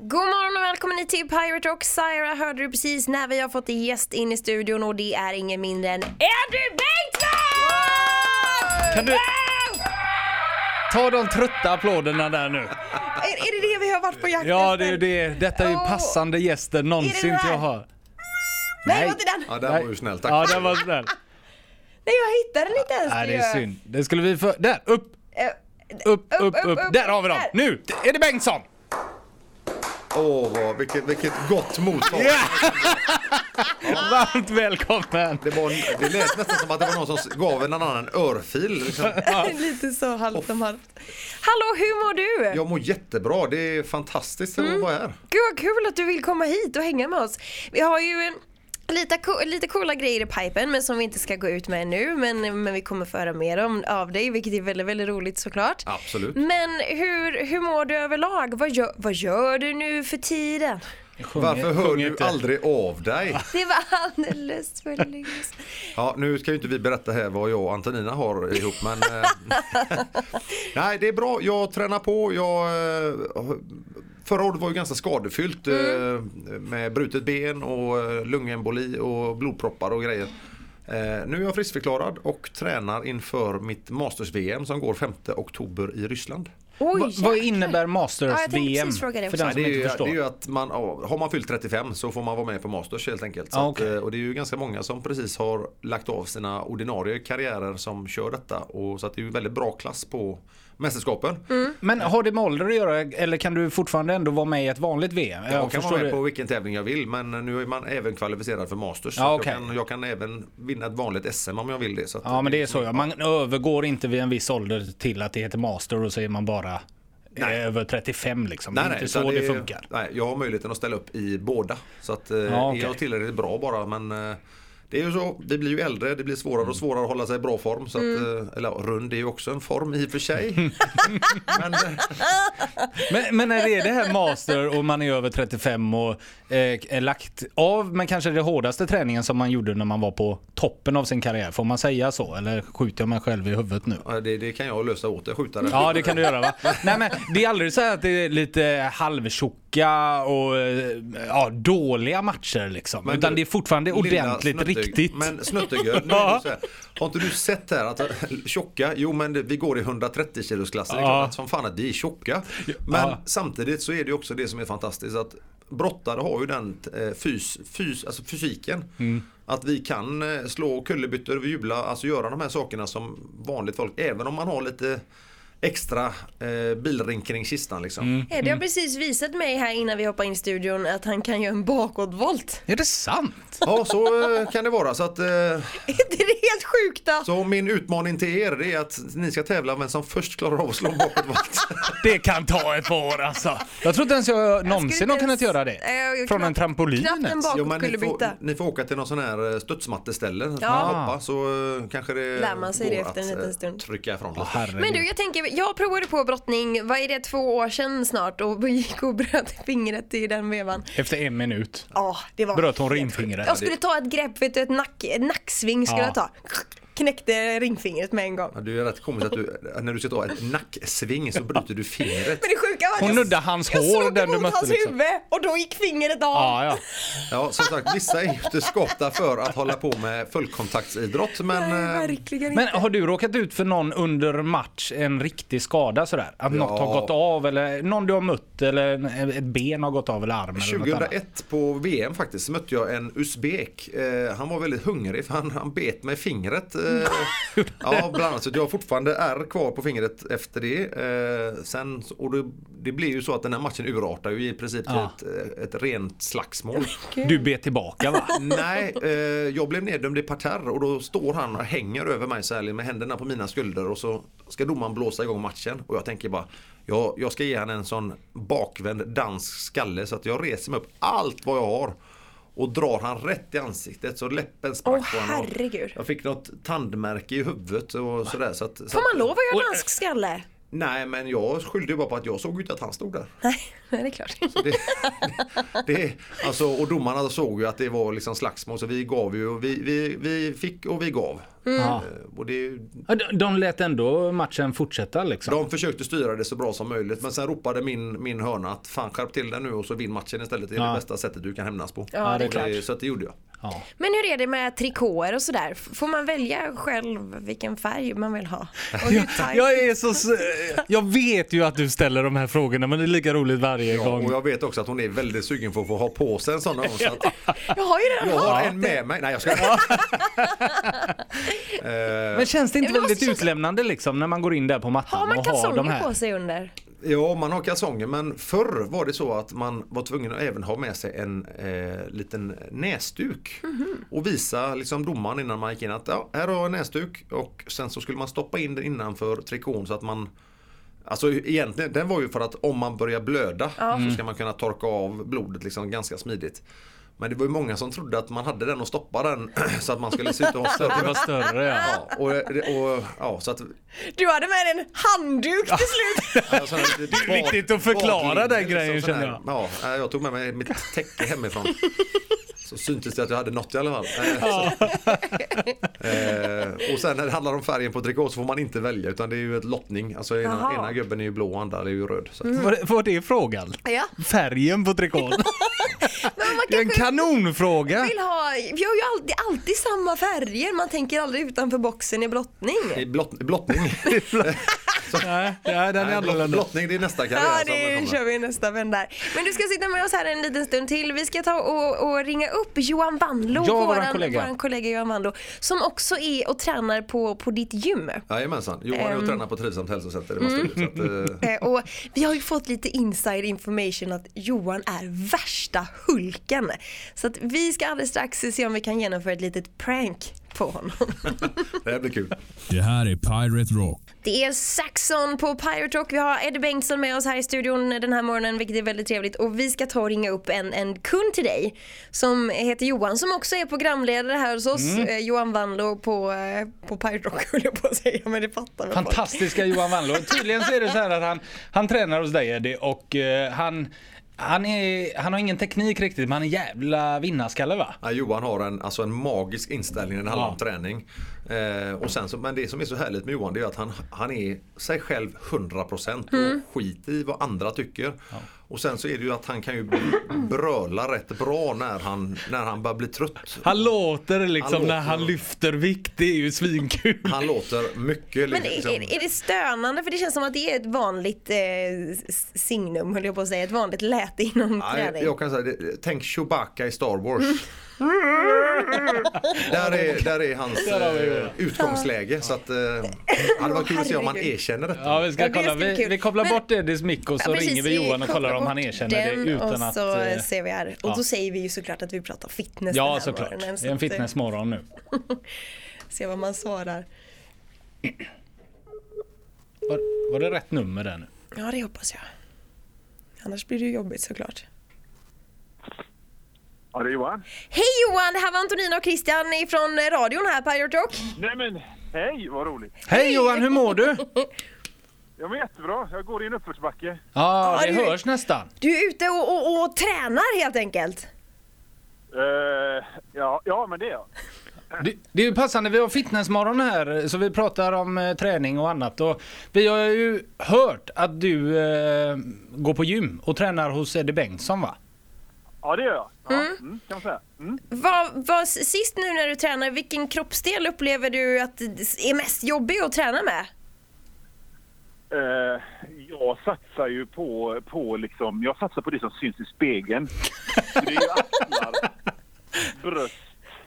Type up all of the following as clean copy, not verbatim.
God morgon och välkommen till Pirate Rock. Syra hörde du precis när vi har fått en gäst in i studion och det är ingen mindre än Andrew Bengtsson! Kan du ta de trötta applåderna där nu? Är det vi har varit på jakt Ja, efter? det är det. Detta är ju passande gäster någonsin Är det jag har. Nej, det var inte den. Ja, den var ju snäll, tack. Ja, den var snäll. Nej, jag hittade den inte ens. Nej, det är synd. Det skulle vi få... Där, upp! Upp. Där har vi dem. Där. Nu är det Bengtsson! Vilket gott mottagande. Varmt välkommen! Det lät nästan som att det var någon som gav en annan örfil. Liksom. Lite så halvt om halvt. Hallå, hur mår du? Jag mår jättebra, det är fantastiskt att vara här. Gud vad kul att du vill komma hit och hänga med oss. Vi har ju lite coola grejer i pipen, men som vi inte ska gå ut med nu, men vi kommer föra mer av dig, vilket är väldigt, väldigt roligt såklart. Absolut. Men hur mår du överlag? Vad gör du nu för tiden? Varför hör du aldrig av dig? Det var alldeles för länge. Ja, nu ska ju inte vi berätta här vad jag och Antonina har ihop, men nej, det är bra. Jag tränar på. Förra året var ju ganska skadefyllt med brutet ben och lungemboli och blodproppar och grejer. Nu är jag friskförklarad och tränar inför mitt Masters-VM som går 5 oktober i Ryssland. Vad innebär Masters-VM? För den som inte förstår. Det är ju att har man fyllt 35 så får man vara med på Masters helt enkelt. Så okay. Och det är ju ganska många som precis har lagt av sina ordinarie karriärer som kör detta. Och så att det är ju väldigt bra klass på mästerskapen. Men har det med ålder att göra, eller kan du fortfarande ändå vara med i ett vanligt VM? Jag kan vara med på vilken tävling jag vill, men nu är man även kvalificerad för Masters. Ja, okay. Jag kan även vinna ett vanligt SM om jag vill det. Så att men det är så. Ja. Man övergår inte vid en viss ålder till att det heter Master och så är man bara över 35 liksom. Nej, det är inte så det funkar. Nej, jag har möjligheten att ställa upp i båda. Så att okay. jag tillräckligt bra bara, men det är ju så, vi blir ju äldre, det blir svårare och svårare att hålla sig i bra form. Så att, eller rund är ju också en form i och för sig. men när det är det här master och man är över 35 och är lagt av, men kanske det hårdaste träningen som man gjorde när man var på toppen av sin karriär, får man säga så? Eller skjuter jag mig själv i huvudet nu? Ja, det kan jag lösa åt, jag skjuter det. Ja, det kan du göra, va? Nej, men det är aldrig så att det är lite halvtjocka och dåliga matcher liksom. Men utan det är fortfarande ordentligt riktigt. Men snuttegöd, har inte du sett här att tjocka, jo men vi går i 130 kilosklassen, det är klart att som fan att vi är tjocka. Men samtidigt så är det också det som är fantastiskt, att brottare har ju den alltså fysiken. Att vi kan slå kullerbyttor, jubla, alltså göra de här sakerna som vanligt folk, även om man har lite extra bilring kring kistan liksom. Det har precis visat mig här innan vi hoppar in i studion att han kan göra en bakåtvolt. Är det sant? Ja, så kan det vara. Så att, är det helt sjukt då? Så min utmaning till er är att ni ska tävla men som först klarar av att slå en bakåtvolt. Det kan ta ett par år alltså. Jag tror inte ens jag någonsin har kunnat göra det. Från en trampolin. Knappt en bakåtkullerbytta. Ni får åka till någon sån här studsmatteställe. Hoppa, så kanske det lär man sig går det efter en liten stund. Trycka ifrån. Men du, jag tänker, jag provade på brottning, vad är det, 2 år sedan snart, och gick och bröt fingret i den vevan. Efter 1 minut. Ja, det var bröt hon ringfingret. Jag skulle ta ett grepp, vet du, ett nacksving skulle jag ta. Knäckte ringfingret med en gång. Ja, det är rätt komiskt att när du ska ta ett nacksving så bryter du fingret. Men det sjuka var att hon nuddade hans hår den du mötte hans huvud och då gick fingret av. Ja, som sagt, vissa är inte skapta för att hålla på med fullkontaktsidrott, men men har du råkat ut för någon under match en riktig skada sådär? Att något har gått av, eller någon du har mött, eller ett ben har gått av, eller arm eller 2001 på VM faktiskt mötte jag en usbek. Han var väldigt hungrig för han bet mig i fingret. Bland annat, så jag har fortfarande ärr kvar på fingret efter det. Sen, och det blir ju så att den här matchen urartar ju i princip till ett rent slagsmål. Du bet tillbaka, va? Nej, jag blev neddömd i parterre och då står han och hänger över mig så här med händerna på mina skulder, och så ska domaren blåsa igång matchen och jag tänker bara, jag ska ge han en sån bakvänd dansk skalle så att jag reser mig upp allt vad jag har och drar han rätt i ansiktet så läppen sprack på honom. Herregud. Jag fick något tandmärke i huvudet och sådär. Så att, får man lov att göra dansk skalle? Nej, men jag skyllde ju bara på att jag såg ut att han stod där. Nej, det är klart. Så alltså, och domarna såg ju att det var liksom slagsmål, så vi gav ju, och vi fick och vi gav. Och De lät ändå matchen fortsätta liksom. De försökte styra det så bra som möjligt, men sen ropade min hörna att fan, skärp till den nu och så vinn matchen istället. Det är det bästa sättet du kan hämnas på. Ja, det är klart. Så att det gjorde jag. Ja. Men hur är det med trikåer och sådär? Får man välja själv vilken färg man vill ha? Och Jag vet ju att du ställer de här frågorna, men det är lika roligt varje gång. Och jag vet också att hon är väldigt sugen på att få ha på sig en sån här. Så att jag har ju redan jag har en med mig. Nej, jag ska Men känns det inte väldigt utlämnande liksom när man går in där på mattan har man och har de här? på sig under? Ja, man har kalsonger, men förr var det så att man var tvungen att även ha med sig en liten näsduk och visa liksom domaren innan man gick in att här har jag en näsduk, och sen så skulle man stoppa in den innanför trikån så att man, alltså egentligen, den var ju för att om man börjar blöda så ska man kunna torka av blodet liksom ganska smidigt. Men det var ju många som trodde att man hade den och stoppa den så att man skulle se ut att ha större. Det var större, ja. Så att du hade med en handduk till slut. alltså, Det är viktigt att förklara den grejen, känner jag. Ja, jag tog med mig mitt täcke hemifrån. Så syntes det att jag hade något i alla fall. Och sen när det handlar om färgen på trikå så får man inte välja, utan det är ju ett lottning. Alltså ena gubben är ju blå och andra är ju röd. Så att... Var det frågan? Ja. Färgen på trikån? Det är en kanonfråga. Vi har ju alltid samma färger. Man tänker aldrig utanför boxen i blottning. Blottning? Nej, den är annorlunda. Blottning, det är nästa karriär. Ja, det kör vi nästa vän där. Men du ska sitta med oss här en liten stund till. Vi ska ta och ringa upp Johan Wandlo, våran kollega Johan Wandlo, som också är och tränar på ditt gym. Jajamensan, Johan är och tränar på Trivsamt hälsocenter. Det och vi har ju fått lite inside information att Johan är värsta hulken. Så att vi ska alldeles strax se om vi kan genomföra ett litet prank på honom. Det blir kul. Det här är Pirate Rock. Det är Saxon på Pirate Rock. Vi har Eddie Bengtsson med oss här i studion den här morgonen, vilket är väldigt trevligt. Och vi ska ta och ringa upp en kund till dig som heter Johan, som också är programledare här hos oss. Johan Wandlo på Pirate Rock, höll jag på att säga, men det fattar väl. Fantastiska Johan Wandlo. Tydligen så är det så här att han tränar hos dig, Eddie, och han har ingen teknik riktigt, men han är en jävla vinnarskalle, va? Ja, Johan har en magisk inställning när det handlar om träning. Och sen men det som är så härligt med Johan, det är att han är sig själv 100% och skit i vad andra tycker. Ja. Och sen så är det ju att han kan ju bröla rätt bra när han börjar bli trött. Han låter liksom när han lyfter vikt, det är ju svinkul. Han låter mycket. Men är det stönande? För det känns som att det är ett vanligt signum, höll jag på att säga, ett vanligt läte inom träning. Jag kan säga, tänk Chewbacca i Star Wars. Där är hans utgångsläge, så att det var kul att se om han erkänner detta. Ja, vi ska kolla. Vi kopplar bort Eddies mick och så ringer vi Johan och kollar om han erkänner det utan och så ser vi här. Och då säger vi ju såklart att vi pratar fitness. Ja, såklart. Det är en fitnessmorgon nu. Se vad man svarar. Var det rätt nummer där nu? Ja, det hoppas jag. Annars blir det ju jobbigt såklart. Ja, det är Johan. Hej Johan, det här var Antonina och Christian från radion här på Pirate Rock. Nej men, hej, vad roligt. Hej Johan, hur mår du? Jag mår jättebra, jag går i en uppförsbacke. Ja, det hörs nästan. Du är ute och tränar helt enkelt. Ja, men det är jag. Det är ju passande, vi har fitnessmorgon här så vi pratar om träning och annat, och vi har ju hört att du går på gym och tränar hos Eddie Bengtsson, va? Ja, det gör jag. Ja, kan man säga. Vad sist nu när du tränar, vilken kroppsdel upplever du att är mest jobbig att träna med? Jag satsar ju på liksom, jag satsar på det som syns i spegeln. Det är ju axlar, bröst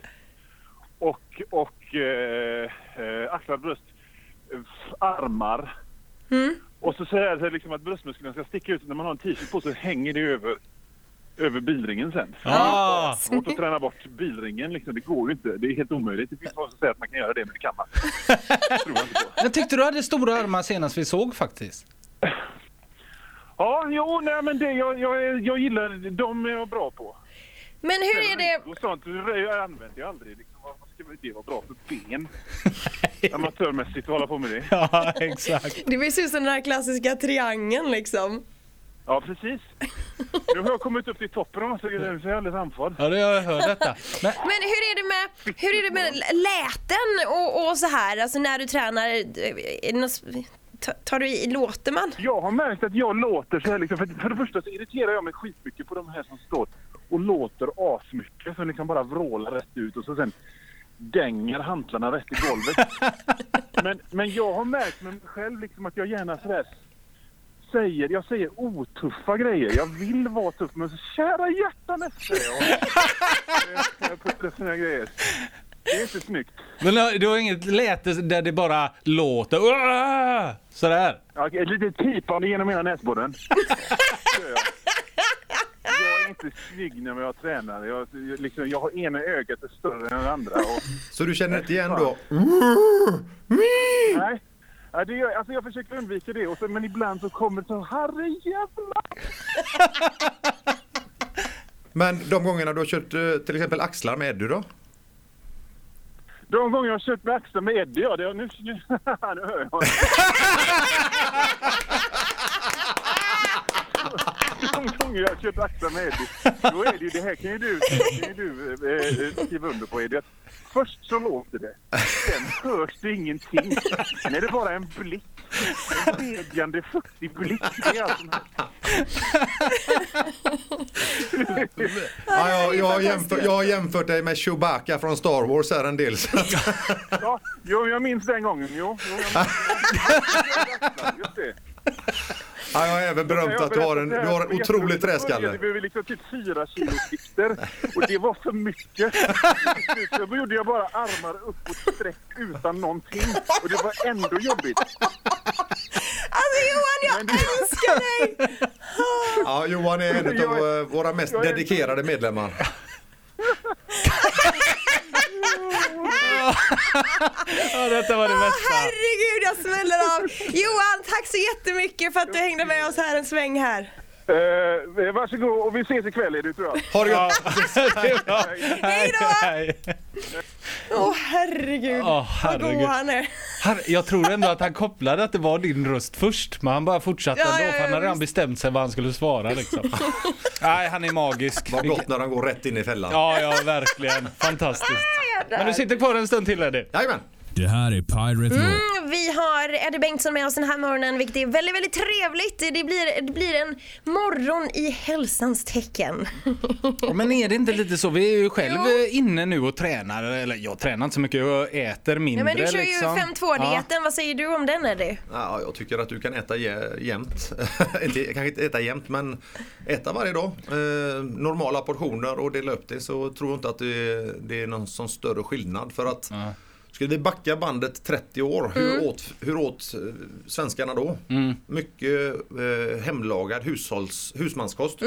och axlar, bröst, armar. Och så säger jag liksom att bröstmusklerna ska sticka ut när man har en t-shirt på, så hänger det över bilringen sen. Svårt att träna bort bilringen liksom. Det går ju inte, det är helt omöjligt. Det finns någon som säger att man kan göra det, men det kan man. Tror jag inte på. Jag tyckte du hade stora armar senast vi såg faktiskt. Ja, men det jag gillar, de är jag bra på. Men hur är det? Och sånt jag använder jag aldrig liksom, vad ska det vara bra för ben? amatörmässigt att hålla på med det. Ja, exakt. Det vill se ut som den här klassiska triangeln liksom. Ja, precis. Nu har jag kommit upp till toppen och så är jag alldeles andfådd. Ja, det har jag hört detta. Men Men hur är det med läten och så här? Alltså när du tränar, låter man? Jag har märkt att jag låter så här liksom, för det första så irriterar jag mig skitmycket på de här som står och låter asmycket, som liksom bara vrålar rätt ut och så sen dänger hantlarna rätt i golvet. men jag har märkt med mig själv liksom att jag gärna sådär jag säger otuffa grejer. Jag vill vara tuff, men så kära hjärtan efter jag på såna grejer. Det är inte snyggt. Men du har inget läte där det bara låter sådär? Ja, ett litet pipande genom hela näsborren. Jag är inte snygg när jag tränar. Jag har ena ögat är större än det andra. Så du känner inte igen då? Nej. Ja, jag försöker undvika det, men ibland så kommer det så herrejävlar. Men de gångerna du har kört till exempel axlar med Eddie då? De gånger jag har kört med axlar med Eddie, ja, nu hör jag. De gånger jag har kört axlar med Eddie, då är det ju det här kan ju du skriva under på, Eddie. Först så låter det, sen hörs det ingenting. Sen är det bara en blick. En bedjande, fuktig blick. Det är allt som jag har jämfört dig med Chewbacca från Star Wars här en del. Ja, jag minns den gången. Just det. Ja, jag har även berömt att du har en otrolig träskalle. Det behöver liksom typ 4 kilo vikter. Och det var för mycket. Så gjorde jag bara armar upp och sträck utan någonting. Och det var ändå jobbigt. Alltså Johan, jag älskar dig! Ja, Johan är en av våra mest dedikerade medlemmar. Ja, detta var det bästa. Herregud, jag smäller av. Johan, tack så jättemycket för att du hängde med oss här en sväng här. Varsågod, och vi ses ikväll, är det, tror jag. Har du gott? Hej då! Åh herregud, vad god han är. Jag tror ändå att han kopplade att det var din röst först, men han bara fortsatte ändå, för han hade redan bestämt sig vad han skulle svara liksom. Nej, han är magisk. Vad gott när han går rätt in i fällan. Ja, verkligen. Fantastiskt. Men du sitter kvar en stund till, Eddie. Jajamän. Det här är Pirate Rock. Vi har Eddie Bengtsson med oss den här morgonen, vilket är väldigt, väldigt trevligt. Det blir en morgon i hälsans tecken. Men är det inte lite så? Vi är ju själv inne nu och tränar. Eller jag tränar inte så mycket, jag äter mindre. Men du kör liksom. ju 5-2-dieten. Vad säger du om den, Eddie? Ja, jag tycker att du kan äta jämt. Kanske inte äta jämt, men äta varje dag. Normala portioner och dela upp det, så tror jag inte att det är någon sån större skillnad. För att skulle vi backa bandet 30 år, hur åt svenskarna då? Mycket hemlagad husmanskost.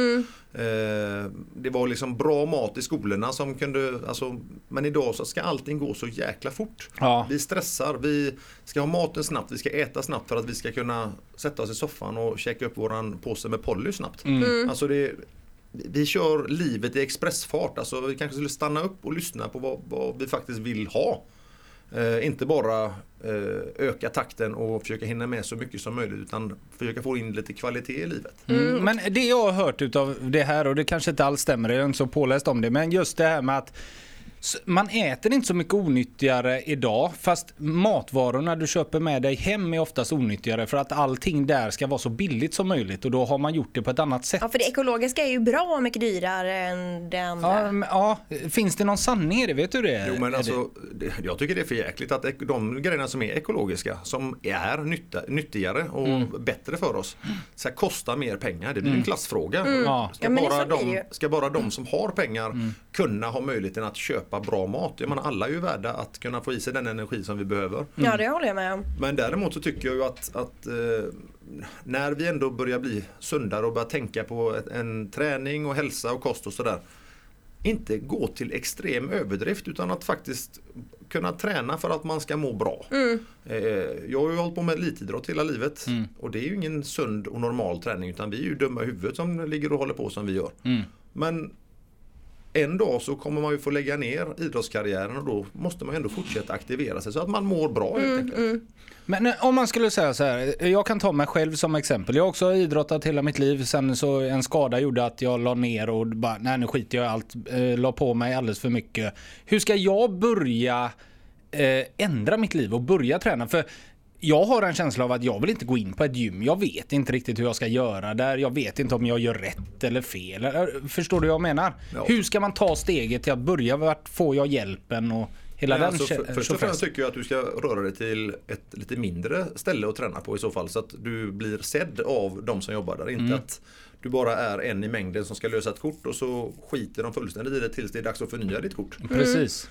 Det var liksom bra mat i skolorna som kunde, men idag så ska allting gå så jäkla fort. Ja. Vi stressar, vi ska ha maten snabbt, vi ska äta snabbt för att vi ska kunna sätta oss i soffan och käka upp våran påse med Polly snabbt. Alltså vi kör livet i expressfart, alltså vi kanske skulle stanna upp och lyssna på vad vi faktiskt vill ha. Inte bara öka takten och försöka hinna med så mycket som möjligt, utan försöka få in lite kvalitet i livet. Men det jag har hört utav det här, och det kanske inte alls stämmer, jag är inte så påläst om det, men just det här med att man äter inte så mycket onyttigare idag, fast matvarorna du köper med dig hem är oftast onyttigare för att allting där ska vara så billigt som möjligt, och då har man gjort det på ett annat sätt. Ja, för det ekologiska är ju bra mycket dyrare än det andra. Ja, finns det någon sanning i det? Vet du det? Jo, men jag tycker det är för jäkligt att de grejerna som är ekologiska, som är nyttigare och bättre för oss, ska kosta mer pengar. Det blir en klassfråga. Ska bara de som har pengar kunna ha möjligheten att köpa bra mat. Jag menar, alla är ju värda att kunna få i sig den energi som vi behöver. Ja, det håller jag med om. Men däremot så tycker jag ju att när vi ändå börjar bli sundare och börjar tänka på en träning och hälsa och kost och sådär, inte gå till extrem överdrift, utan att faktiskt kunna träna för att man ska må bra. Jag har ju hållit på med elitidrott hela livet, och det är ju ingen sund och normal träning, utan vi är ju dumma i huvudet som ligger och håller på som vi gör. Men en dag så kommer man ju få lägga ner idrottskarriären och då måste man ju ändå fortsätta aktivera sig så att man mår bra helt enkelt. Men om man skulle säga så här, jag kan ta mig själv som exempel. Jag har också idrottat hela mitt liv. Sen så en skada gjorde att jag la ner och bara, nej nu skiter jag i allt. La på mig alldeles för mycket. Hur ska jag börja ändra mitt liv och börja träna? För jag har en känsla av att jag vill inte gå in på ett gym. Jag vet inte riktigt hur jag ska göra där. Jag vet inte om jag gör rätt eller fel. Förstår du vad jag menar? Ja. Hur ska man ta steget till att börja? Vart får jag hjälpen och hela den först och främst tycker jag att du ska röra dig till ett lite mindre ställe att träna på i så fall. Så att du blir sedd av de som jobbar där. Inte att du bara är en i mängden som ska lösa ett kort och så skiter de fullständigt i det tills det är dags att förnya ditt kort. Precis.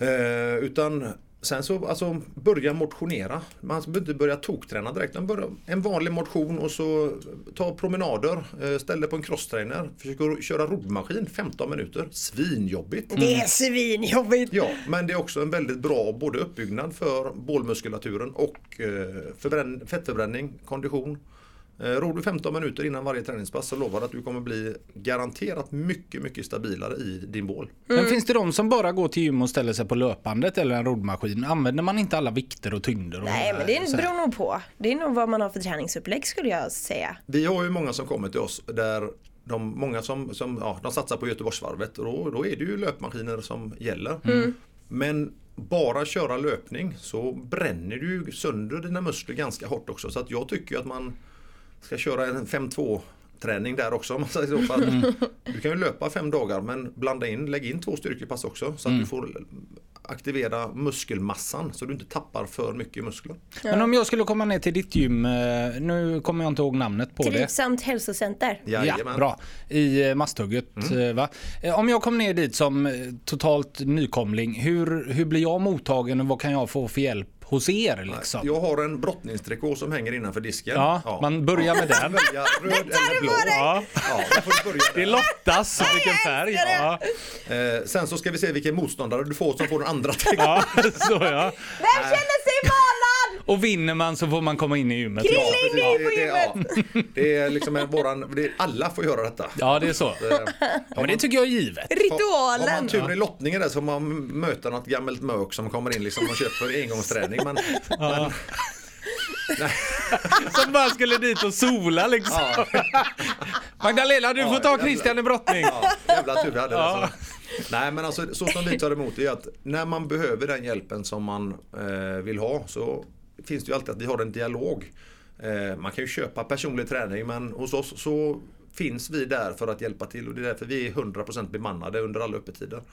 Utan sen så alltså börja motionera. Man behöver inte börja tokträna direkt. Man börjar en vanlig motion och så ta promenader. Ställ dig på en crosstrainer. Försök köra roddmaskin 15 minuter. Svinjobbigt. Det är svinjobbigt. Ja, men det är också en väldigt bra både uppbyggnad för bålmuskulaturen och fettförbränning, kondition. Ror du 15 minuter innan varje träningspass så lovar att du kommer bli garanterat mycket, mycket stabilare i din bål. Men finns det de som bara går till gym och ställer sig på löpandet eller en roddmaskin? Använder man inte alla vikter och tyngder? Nej, men det beror nog på. Det är nog vad man har för träningsupplägg skulle jag säga. Vi har ju många som kommer till oss där många som de satsar på Göteborgsvarvet och då är det ju löpmaskiner som gäller. Men bara köra löpning så bränner du sönder dina muskler ganska hårt också. Så att jag tycker att man ska köra en 5-2 träning där också. Om man säger så. Du kan ju löpa 5 dagar men lägg in 2 styrkepass också så att du får aktivera muskelmassan så du inte tappar för mycket muskler. Men om jag skulle komma ner till ditt gym, nu kommer jag inte ihåg namnet på det. Trivsamt hälsocenter. Ja, bra. I Masthugget, va? Om jag kommer ner dit som totalt nykomling, hur blir jag mottagen och vad kan jag få för hjälp hos er liksom? Jag har en brottningstrikå som hänger innanför disken. Ja. Man börjar med den. Röd eller blå. Ja. Det lottas vilken färg. Ja. Sen så ska vi se vilken motståndare du får som får den andra trikån. Ja, så ja. Vem känner sig valad? Och vinner man så får man komma in i gymmet. Det är liksom alla får göra detta. Ja, det är så. Men det tycker jag är givet. Ritualen. Har man tur i lottningen där så får man möta något gammalt mök som kommer in liksom och köper engångsträning. Men som bara skulle dit och sola liksom. Magdalena, du får ta Christian i brottning. Jävla tur vi hade det. Nej, men alltså så som vi tar emot är att när man behöver den hjälpen som man vill ha så finns det ju alltid att vi har en dialog. Man kan ju köpa personlig träning men hos oss så finns vi där för att hjälpa till och det är därför vi är 100% bemannade under alla öppettider.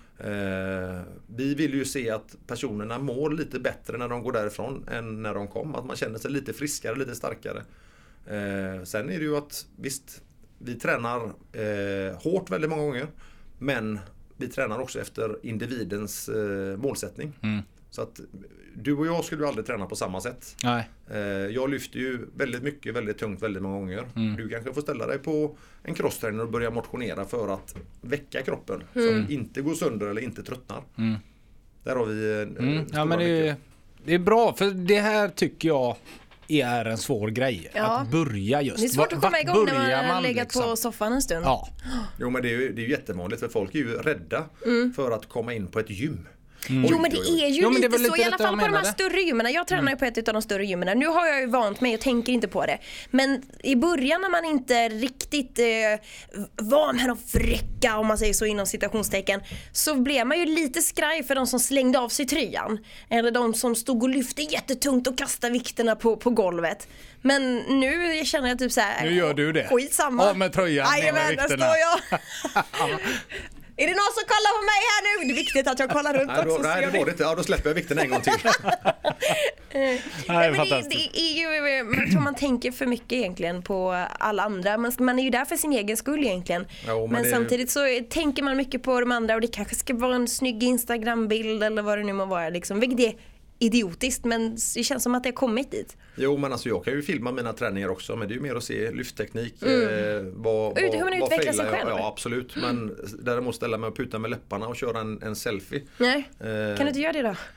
Vi vill ju se att personerna mår lite bättre när de går därifrån än när de kom. Att man känner sig lite friskare, lite starkare. Sen är det ju att visst, vi tränar hårt väldigt många gånger men vi tränar också efter individens målsättning. Så att du och jag skulle ju aldrig träna på samma sätt. Nej. Jag lyfter ju väldigt mycket, väldigt tungt, väldigt många gånger. Du kanske får ställa dig på en crosstrainer och börja motionera för att väcka kroppen. Så att inte går sönder eller inte tröttnar. Där har vi ja, men det är bra, för det här tycker jag är en svår grej. Att börja just. Det är svårt att komma igång när man har legat liksom på soffan en stund. Ja. Jo, men det är ju jättevanligt för folk är ju rädda för att komma in på ett gym. Jo, men det är ju lite så, i alla fall på de här större gymmen. Jag tränar ju på ett av de större gymmen. Nu har jag ju vant mig och tänker inte på det. Men i början när man inte riktigt var med de fräcka, om man säger så inom citationstecken, så blev man ju lite skraj för de som slängde av sig tröjan. Eller de som stod och lyfte jättetungt och kastade vikterna på golvet. Men nu känner jag typ så här. Nu gör du det. Skitsamma. Av med tröjan, ner med vikterna. Där står jag. Är det någon som kollar på mig här nu? Det är viktigt att jag kollar runt också. Nej, det var det inte. Ja, då släpper jag vikten en gång till. Nej, men det är ju, jag tror man tänker för mycket egentligen på alla andra. Man är ju där för sin egen skull egentligen. Jo, men samtidigt så tänker man mycket på de andra och det kanske ska vara en snygg Instagram-bild eller vad det nu må vara. Liksom. Vilket är idiotiskt, men det känns som att det har kommit dit. Jo, men alltså jag kan ju filma mina träningar också, men det är ju mer att se lyftteknik. Hur man utvecklar sig själv. Ja, absolut. Men däremot ställa mig och puta med läpparna och köra en selfie. Nej, kan du inte göra det då?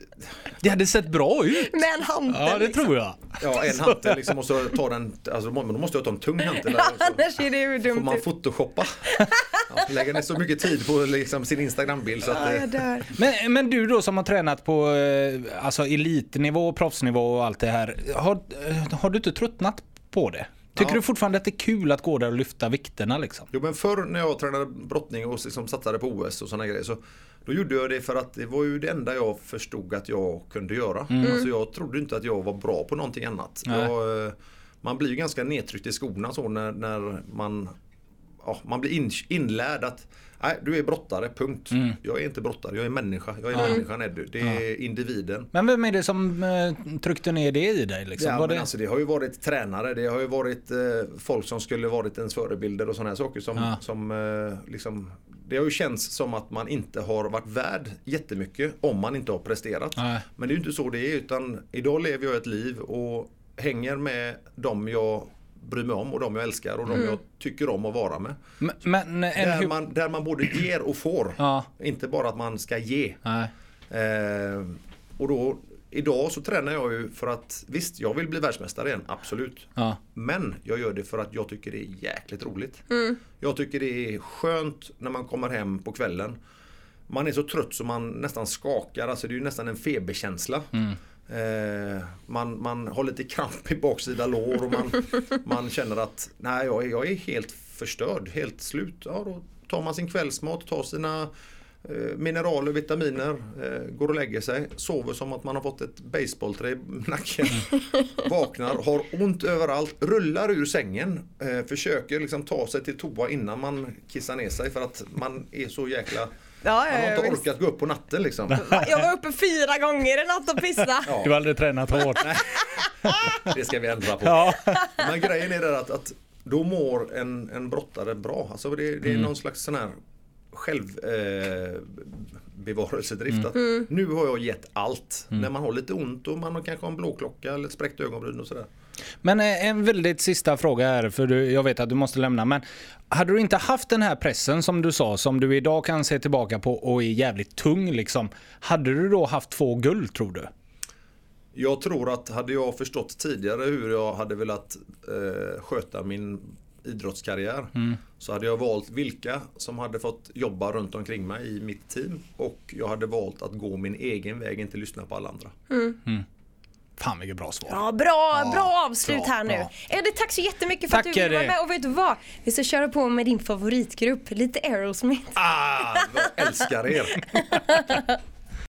Det hade sett bra ut. Med en hantel. Ja, det tror jag. Ja, en hantel liksom, och så ta den, alltså då måste jag ta en tung hantel. Annars är det ju dumt. Får man photoshoppa. Lägger ner så mycket tid på liksom sin Instagram-bild så att Jag dör. Men du då som har tränat på alltså elitnivå, proffsnivå och allt det här. Har du inte tröttnat på det? Tycker du fortfarande att det är kul att gå där och lyfta vikterna liksom? Jo, men förr när jag tränade brottning och liksom satsade på OS och såna grejer, så då gjorde jag det för att det var ju det enda jag förstod att jag kunde göra. Alltså jag trodde inte att jag var bra på någonting annat. Man blir ju ganska nedtryckt i skorna så när man blir inlärd att nej, du är brottare, punkt. Jag är inte brottare, jag är människa. Jag är människan, är du. Det är individen. Men vem är det som tryckte ner det i dig? Liksom? Ja, men alltså, det har ju varit tränare, det har ju varit folk som skulle varit ens förebilder och sådana här saker som liksom, det har ju känts som att man inte har varit värd jättemycket om man inte har presterat. Men det är ju inte så det är, utan idag lever jag ett liv och hänger med dem jag bryr mig om och de jag älskar och de jag tycker om att vara med. Men där man både ger och får. Inte bara att man ska ge. Och då, idag så tränar jag ju för att, visst, jag vill bli världsmästare igen, absolut. Men jag gör det för att jag tycker det är jäkligt roligt. Jag tycker det är skönt när man kommer hem på kvällen. Man är så trött så man nästan skakar, alltså det är ju nästan en feberkänsla. Man har lite kramp i baksida lår och man känner att nej, jag är helt förstörd, helt slut. Ja, då tar man sin kvällsmat, tar sina mineraler, vitaminer, går och lägger sig, sover som att man har fått ett baseballträ i nacken, vaknar, har ont överallt, rullar ur sängen, försöker liksom ta sig till toa innan man kissar ner sig för att man är så jäkla... Man har inte orkat gå upp på natten liksom. Jag var uppe 4 gånger i natt och pissa. Du har aldrig tränat hårt. Det ska vi ändra på. Men grejen är det att då mår en brottare bra. Alltså det är någon slags sån här självbevarelsedrift. Nu har jag gett allt. När man har lite ont och man kanske har en blåklocka eller ett spräckt ögonbryn och sådär. Men en väldigt sista fråga här, för jag vet att du måste lämna, men hade du inte haft den här pressen som du sa, som du idag kan se tillbaka på och är jävligt tung liksom, hade du då haft 2 guld, tror du? Jag tror att hade jag förstått tidigare hur jag hade velat sköta min idrottskarriär, så hade jag valt vilka som hade fått jobba runt omkring mig i mitt team, och jag hade valt att gå min egen väg, inte lyssna på alla andra. Fan, vilket bra svar. Ja, bra avslut här nu. Eddie, tack så jättemycket för att du ville vara med. Och vet du vad? Vi ska köra på med din favoritgrupp, lite Aerosmith. Jag älskar er.